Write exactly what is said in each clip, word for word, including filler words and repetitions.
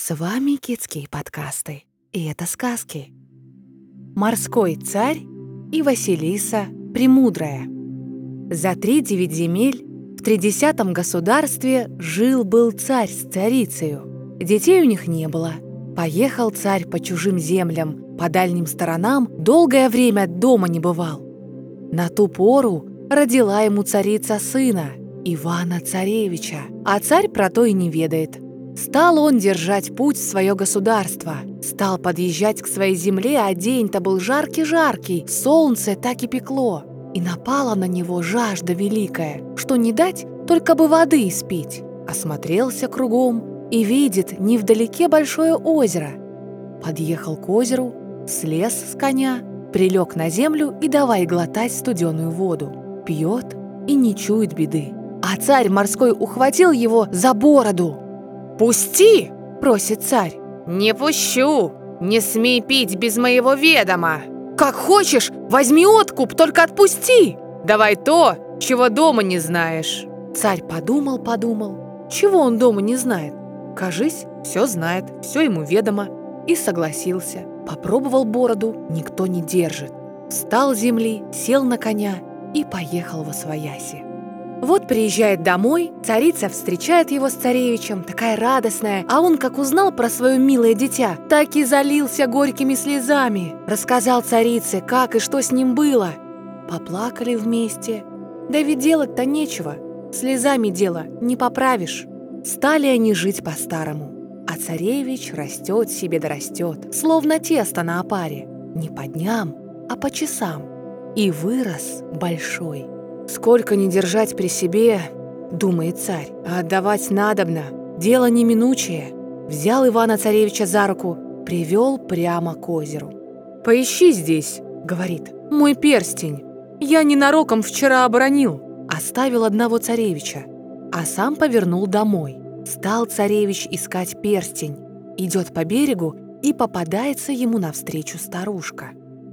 С вами Китские подкасты, и это сказки. Морской царь и Василиса Премудрая. За три девять земель в тридесятом государстве жил-был царь с царицею. Детей у них не было. Поехал царь по чужим землям, по дальним сторонам, долгое время дома не бывал. На ту пору родила ему царица сына, Ивана-царевича, а царь про то и не ведает. Стал он держать путь в свое государство, стал подъезжать к своей земле, а день-то был жаркий-жаркий, солнце так и пекло, и напала на него жажда великая, что не дать, только бы воды испить. Осмотрелся кругом и видит невдалеке большое озеро. Подъехал к озеру, слез с коня, прилег на землю и давай глотать студеную воду. Пьет и не чует беды. А царь морской ухватил его за бороду. «Пусти!» – просит царь. «Не пущу! Не смей пить без моего ведома!» «Как хочешь, возьми откуп, только отпусти!» «Давай то, чего дома не знаешь!» Царь подумал-подумал. Чего он дома не знает? Кажись, все знает, все ему ведомо. И согласился. Попробовал бороду, никто не держит. Встал с земли, сел на коня и поехал восвояси. Вот приезжает домой, царица встречает его с царевичем, такая радостная, а он, как узнал про свое милое дитя, так и залился горькими слезами. Рассказал царице, как и что с ним было. Поплакали вместе. Да ведь делать-то нечего, слезами дело не поправишь. Стали они жить по-старому, а царевич растет себе да растет, словно тесто на опаре, не по дням, а по часам, и вырос большой. «Сколько не держать при себе, — думает царь, — а отдавать надобно, дело неминучее». Взял Ивана-царевича за руку, привел прямо к озеру. «Поищи здесь, — говорит, — мой перстень. Я ненароком вчера обронил». Оставил одного царевича, а сам повернул домой. Стал царевич искать перстень. Идет по берегу, и попадается ему навстречу старушка.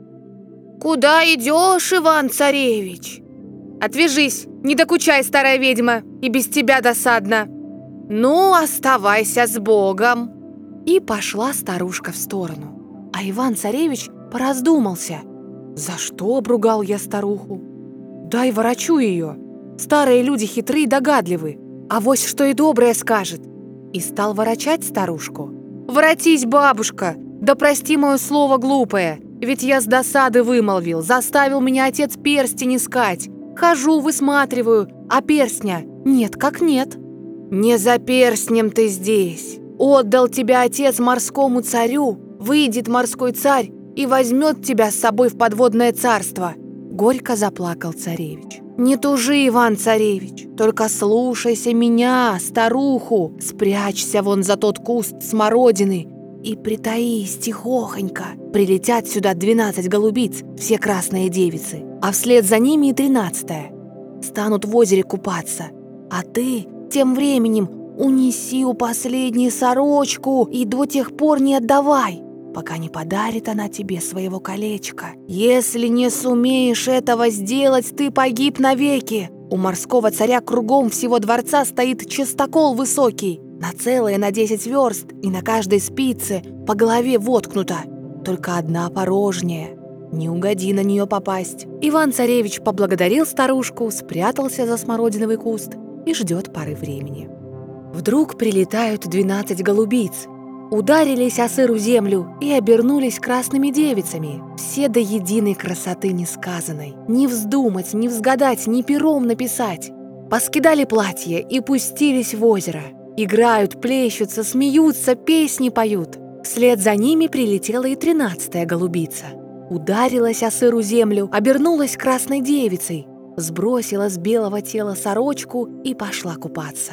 «Куда идешь, Иван-царевич?» «Отвяжись, не докучай, старая ведьма, и без тебя досадно». «Ну, оставайся с Богом». И пошла старушка в сторону. А Иван-царевич пораздумался. За что обругал я старуху? Дай ворочу ее. Старые люди хитрые и догадливы. Авось что и доброе скажет. И стал ворочать старушку. «Воротись, бабушка, да прости мое слово глупое, ведь я с досады вымолвил, заставил меня отец перстень искать. Хожу, высматриваю, а перстня нет как нет». «Не за перстнем ты здесь. Отдал тебя отец морскому царю. Выйдет морской царь и возьмет тебя с собой в подводное царство». Горько заплакал царевич. «Не тужи, Иван-царевич, только слушайся меня, старуху. Спрячься вон за тот куст смородины и притаись тихохонько. Прилетят сюда двенадцать голубиц, все красные девицы, а вслед за ними и тринадцатая. Станут в озере купаться. А ты тем временем унеси у последней сорочку и до тех пор не отдавай, пока не подарит она тебе своего колечка. Если не сумеешь этого сделать, ты погиб навеки. У морского царя кругом всего дворца стоит частокол высокий, на целые на десять верст, и на каждой спице по голове воткнута. Только одна порожняя. Не угоди на нее попасть». Иван-царевич поблагодарил старушку, спрятался за смородиновый куст и ждет поры времени. Вдруг прилетают двенадцать голубиц. Ударились о сыру землю и обернулись красными девицами. Все до единой красоты несказанной. Не вздумать, не взгадать, ни пером написать. Поскидали платья и пустились в озеро. Играют, плещутся, смеются, песни поют. Вслед за ними прилетела и тринадцатая голубица. Ударилась о сыру землю, обернулась красной девицей, сбросила с белого тела сорочку и пошла купаться.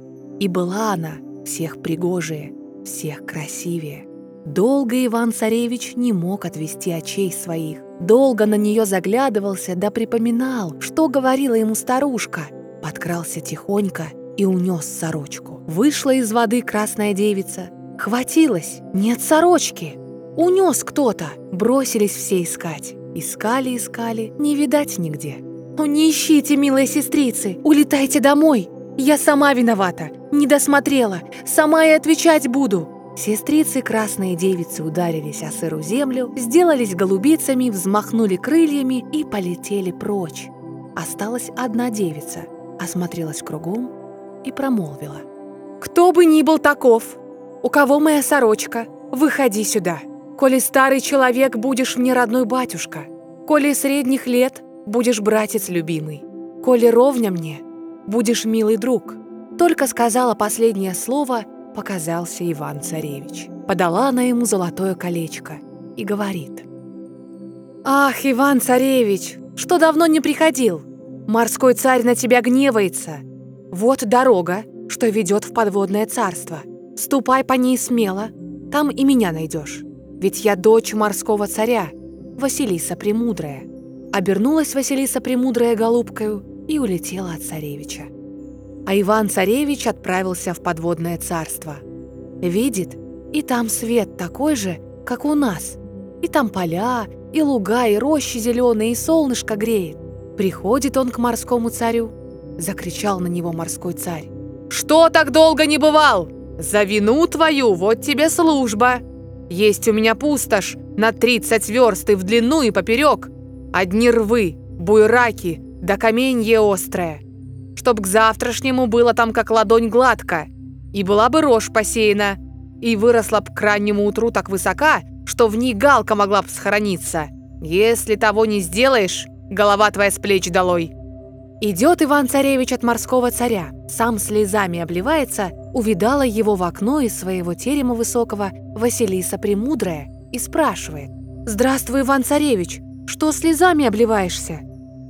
И была она всех пригожее, всех красивее. Долго Иван-царевич не мог отвести очей своих. Долго на нее заглядывался, да припоминал, что говорила ему старушка. Подкрался тихонько и унес сорочку. Вышла из воды красная девица. Хватилась, нет сорочки. Унес кто-то. Бросились все искать. Искали, искали, не видать нигде. «О, не ищите, милые сестрицы, улетайте домой. Я сама виновата, не досмотрела, сама и отвечать буду». Сестрицы красные девицы ударились о сырую землю, сделались голубицами, взмахнули крыльями и полетели прочь. Осталась одна девица, осмотрелась кругом и промолвила: «Кто бы ни был таков, у кого моя сорочка, выходи сюда. Коли старый человек, будешь мне родной батюшка. Коли средних лет, будешь братец любимый. Коли ровня мне, будешь милый друг». Только сказала последнее слово, показался Иван-царевич. Подала она ему золотое колечко и говорит: «Ах, Иван-царевич, что давно не приходил? Морской царь на тебя гневается. Вот дорога, что ведет в подводное царство. Ступай по ней смело, там и меня найдешь. Ведь я дочь морского царя, Василиса Премудрая». Обернулась Василиса Премудрая голубкою и улетела от царевича. А Иван-царевич отправился в подводное царство. Видит, и там свет такой же, как у нас. И там поля, и луга, и рощи зеленые, и солнышко греет. Приходит он к морскому царю. Закричал на него морской царь: «Что так долго не бывал? За вину твою вот тебе служба. Есть у меня пустошь на тридцать верст и в длину, и поперек. Одни рвы, буйраки, да каменье острое. Чтоб к завтрашнему было там как ладонь гладко, и была бы рожь посеяна, и выросла б к раннему утру так высока, что в ней галка могла б схорониться. Если того не сделаешь, голова твоя с плеч долой». Идет Иван-царевич от морского царя, сам слезами обливается, увидала его в окно из своего терема высокого Василиса Премудрая и спрашивает: «Здравствуй, Иван-царевич, что слезами обливаешься?»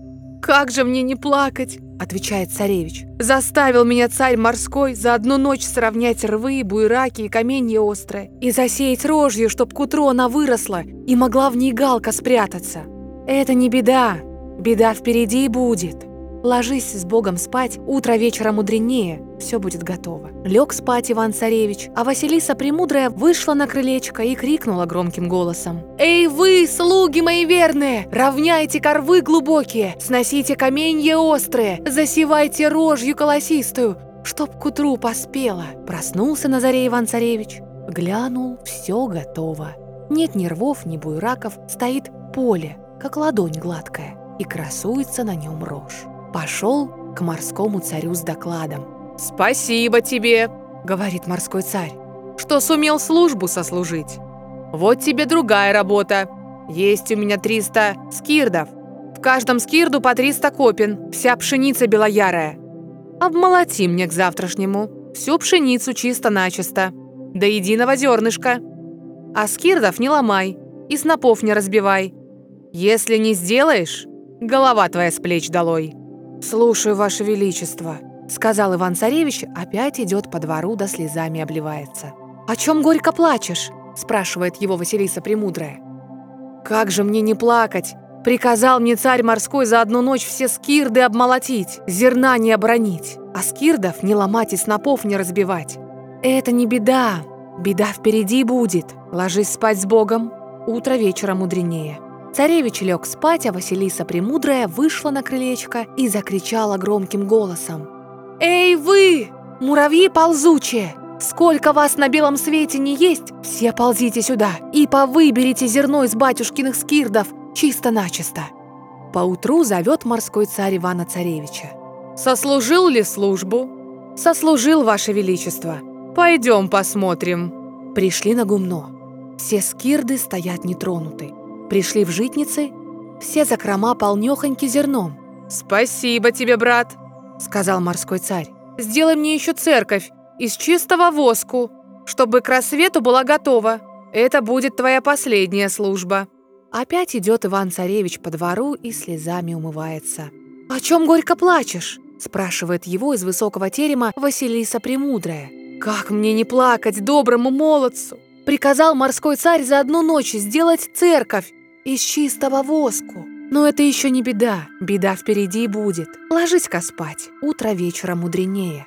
«Как же мне не плакать?» – отвечает царевич. «Заставил меня царь морской за одну ночь сравнять рвы, буйраки и каменье острое и засеять рожью, чтоб к утру она выросла и могла в ней галка спрятаться. Это не беда, беда впереди будет. Ложись с Богом спать, утро вечера мудренее, все будет готово». Лег спать Иван-царевич, а Василиса Премудрая вышла на крылечко и крикнула громким голосом: «Эй вы, слуги мои верные, равняйте корвы глубокие, сносите каменья острые, засевайте рожью колосистую, чтоб к утру поспела». Проснулся на заре Иван-царевич, глянул, все готово. Нет ни рвов, ни буйраков, стоит поле, как ладонь гладкая, и красуется на нем рожь. Пошел к морскому царю с докладом. «Спасибо тебе, — говорит морской царь, — что сумел службу сослужить. Вот тебе другая работа. Есть у меня триста скирдов. В каждом скирду по триста копен, вся пшеница белоярая. Обмолоти мне к завтрашнему всю пшеницу чисто-начисто, до единого зернышка. А скирдов не ломай и снопов не разбивай. Если не сделаешь, голова твоя с плеч долой». «Слушаю, Ваше Величество», — сказал Иван-царевич, опять идет по двору, да слезами обливается. «О чем горько плачешь?» — спрашивает его Василиса Премудрая. «Как же мне не плакать? Приказал мне царь морской за одну ночь все скирды обмолотить, зерна не обронить, а скирдов не ломать и снопов не разбивать. Это не беда, беда впереди будет. Ложись спать с Богом, утро вечера мудренее». Царевич лег спать, а Василиса Премудрая вышла на крылечко и закричала громким голосом: «Эй вы, муравьи ползучие! Сколько вас на белом свете не есть, все ползите сюда и повыберите зерно из батюшкиных скирдов чисто-начисто». Поутру зовет морской царь Ивана-царевича. «Сослужил ли службу?» «Сослужил, Ваше Величество. Пойдем посмотрим». Пришли на гумно. Все скирды стоят нетронуты. Пришли в житницы, все закрома полнёхоньки зерном. «Спасибо тебе, брат», — сказал морской царь. «Сделай мне еще церковь из чистого воску, чтобы к рассвету была готова. Это будет твоя последняя служба». Опять идет Иван-царевич по двору и слезами умывается. «О чем горько плачешь?» — спрашивает его из высокого терема Василиса Премудрая. «Как мне не плакать доброму молодцу? Приказал морской царь за одну ночь сделать церковь из чистого воску. Но это еще не беда, беда впереди будет. Ложись-ка спать, утро вечера мудренее».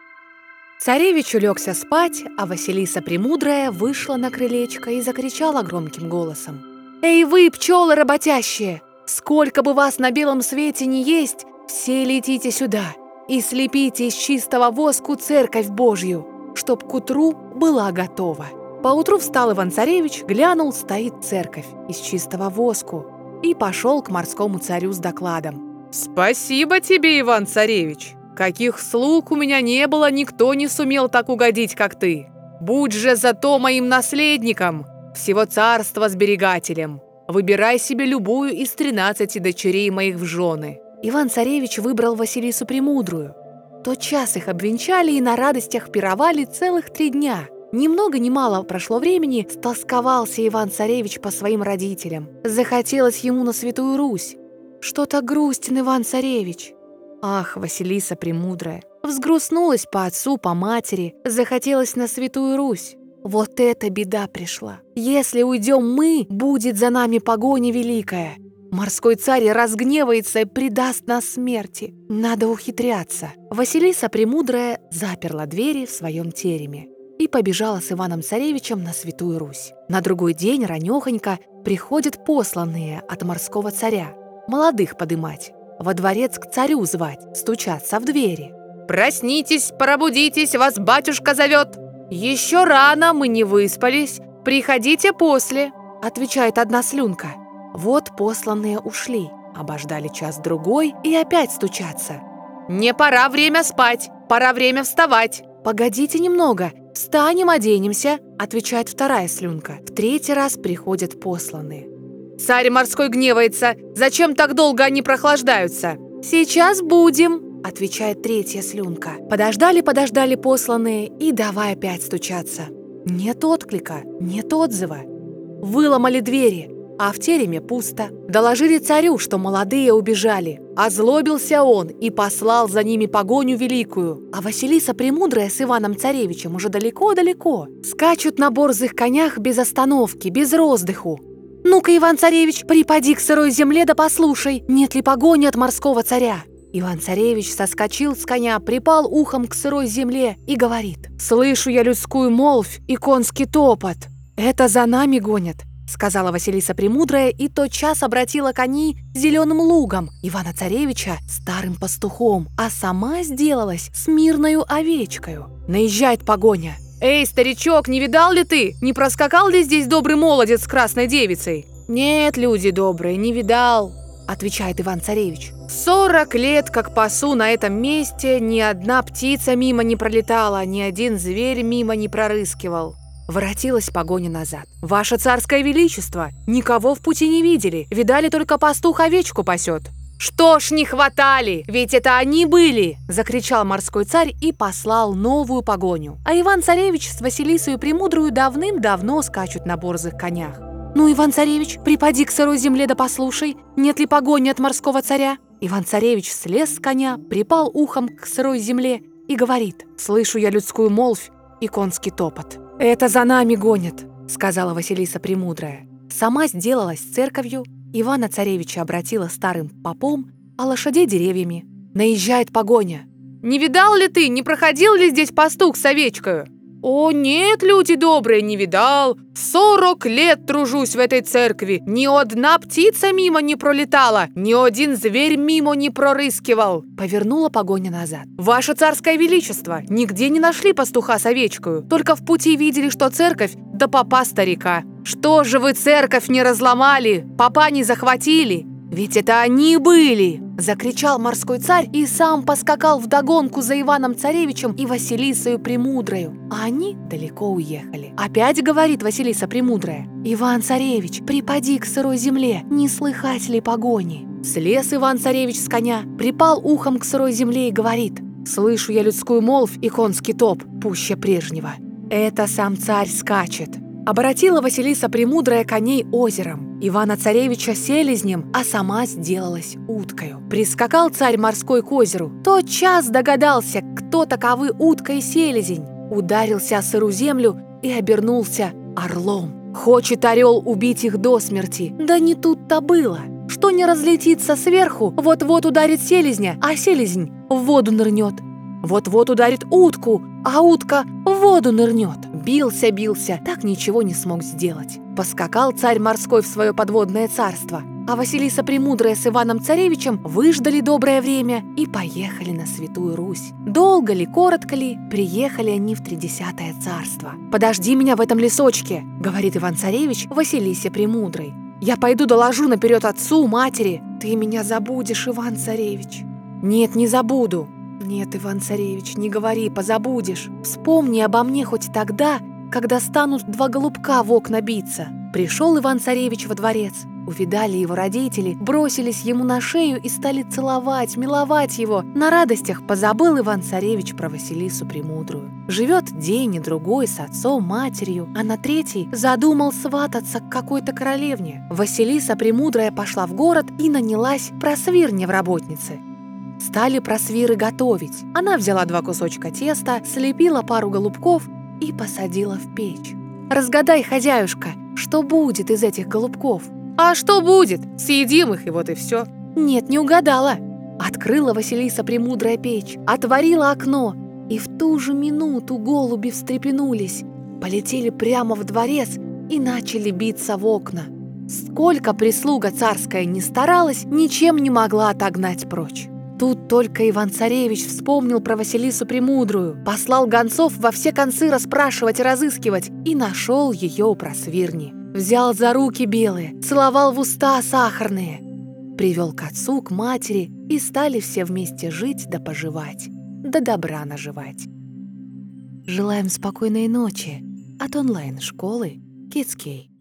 Царевич улегся спать, а Василиса Премудрая вышла на крылечко и закричала громким голосом: «Эй вы, пчелы работящие! Сколько бы вас на белом свете не есть, все летите сюда и слепите из чистого воску церковь Божью, чтоб к утру была готова». Поутру встал Иван-царевич, глянул, стоит церковь из чистого воску, и пошел к морскому царю с докладом. «Спасибо тебе, Иван-царевич! Каких слуг у меня не было, никто не сумел так угодить, как ты! Будь же зато моим наследником, всего царства сберегателем! Выбирай себе любую из тринадцати дочерей моих в жены!» Иван-царевич выбрал Василису Премудрую. Тотчас их обвенчали и на радостях пировали целых три дня. Ни много ни мало прошло времени, стосковался Иван-царевич по своим родителям. Захотелось ему на Святую Русь. Что-то грустен Иван-царевич. Ах, Василиса Премудрая, взгрустнулась по отцу, по матери, захотелось на Святую Русь. Вот эта беда пришла. Если уйдем мы, будет за нами погоня великая. Морской царь разгневается и предаст нас смерти. Надо ухитряться. Василиса Премудрая заперла двери в своем тереме и побежала с Иваном-царевичем на Святую Русь. На другой день ранехонько приходят посланные от морского царя. Молодых подымать, во дворец к царю звать, стучаться в двери. «Проснитесь, пробудитесь, вас батюшка зовет! Еще рано, мы не выспались, приходите после!» Отвечает одна слюнка. Вот посланные ушли, обождали час-другой и опять стучатся. «Не пора время спать, пора время вставать!» «Погодите немного, встанем, оденемся», отвечает вторая слюнка. В третий раз приходят посланные. «Царь морской гневается, зачем так долго они прохлаждаются?» «Сейчас будем», отвечает третья слюнка. Подождали-подождали посланные и давай опять стучаться. Нет отклика, нет отзыва. Выломали двери, а в тереме пусто. Доложили царю, что молодые убежали. Озлобился он и послал за ними погоню великую. А Василиса Премудрая с Иваном-царевичем уже далеко-далеко. Скачут на борзых конях без остановки, без роздыху. «Ну-ка, Иван-царевич, припади к сырой земле да послушай, нет ли погони от морского царя». Иван-царевич соскочил с коня, припал ухом к сырой земле и говорит: «Слышу я людскую молвь и конский топот. Это за нами гонят», сказала Василиса Премудрая и тотчас обратила кони зеленым лугом, Ивана-царевича старым пастухом, а сама сделалась смирною овечкою. Наезжает погоня. «Эй, старичок, не видал ли ты? Не проскакал ли здесь добрый молодец с красной девицей?» «Нет, люди добрые, не видал», отвечает Иван-царевич. «Сорок лет, как пасу на этом месте, ни одна птица мимо не пролетала, ни один зверь мимо не прорыскивал». Воротилась погоня назад. «Ваше царское величество, никого в пути не видели, видали только пастух овечку пасет». «Что ж не хватали? Ведь это они были!» закричал морской царь и послал новую погоню. А Иван-царевич с Василисой Премудрою давным-давно скачут на борзых конях. «Ну, Иван-царевич, припади к сырой земле да послушай, нет ли погони от морского царя?» Иван-царевич слез с коня, припал ухом к сырой земле и говорит: «Слышу я людскую молвь и конский топот». «Это за нами гонят», сказала Василиса Премудрая. Сама сделалась церковью, Ивана-царевича обратила старым попом, а лошадей деревьями. Наезжает погоня. «Не видал ли ты, не проходил ли здесь пастух с овечкою?» «О, нет, люди добрые, не видал. Сорок лет тружусь в этой церкви. Ни одна птица мимо не пролетала, ни один зверь мимо не прорыскивал». Повернула погоня назад. «Ваше царское величество, нигде не нашли пастуха с овечкою. Только в пути видели, что церковь да попа старика. Что же вы церковь не разломали, попа не захватили? Ведь это они были!» Закричал морской царь и сам поскакал вдогонку за Иваном-царевичем и Василисою Премудрою. А они далеко уехали. Опять говорит Василиса Премудрая: «Иван-царевич, припади к сырой земле, не слыхать ли погони?» Слез Иван-царевич с коня, припал ухом к сырой земле и говорит: «Слышу я людскую молвь и конский топ пуще прежнего. Это сам царь скачет». Обратила Василиса Премудрая коней озером, Ивана-царевича селезнем, а сама сделалась уткою. Прискакал царь морской к озеру, тотчас догадался, кто таковы утка и селезень, ударился о сырую землю и обернулся орлом. Хочет орел убить их до смерти, да не тут-то было. Что не разлетится сверху, вот-вот ударит селезня, а селезень в воду нырнет. Вот-вот ударит утку, а утка в воду нырнет. Бился-бился, так ничего не смог сделать. Поскакал царь морской в свое подводное царство, А Василиса Премудрая с Иваном Царевичем выждали доброе время и поехали на Святую Русь. Долго ли, коротко ли, приехали они в Тридесятое царство. «Подожди меня в этом лесочке», — говорит Иван-Царевич Василисе Премудрой. «Я пойду доложу наперед отцу, матери». «Ты меня забудешь, Иван-Царевич». «Нет, не забуду». «Нет, Иван-Царевич, не говори, позабудешь. Вспомни обо мне хоть тогда, когда станут два голубка в окна биться». Пришел Иван-Царевич во дворец. Увидали его родители, бросились ему на шею и стали целовать, миловать его. На радостях позабыл Иван-Царевич про Василису Премудрую. Живет день и другой с отцом, матерью, а на третий задумал свататься к какой-то королевне. Василиса Премудрая пошла в город и нанялась просвирне в работнице. Стали просвиры готовить. Она взяла два кусочка теста, слепила пару голубков и посадила в печь. «Разгадай, хозяюшка, что будет из этих голубков?» «А что будет? Съедим их, и вот и все». «Нет, не угадала». Открыла Василиса Премудрая печь, отворила окно, и в ту же минуту голуби встрепенулись, полетели прямо в дворец и начали биться в окна. Сколько прислуга царская ни старалась, ничем не могла отогнать прочь. Тут только Иван-Царевич вспомнил про Василису Премудрую, послал гонцов во все концы расспрашивать и разыскивать, и нашел ее у просвирни. Взял за руки белые, целовал в уста сахарные, привел к отцу, к матери, и стали все вместе жить да поживать, да добра наживать. Желаем спокойной ночи от онлайн-школы Kids Key.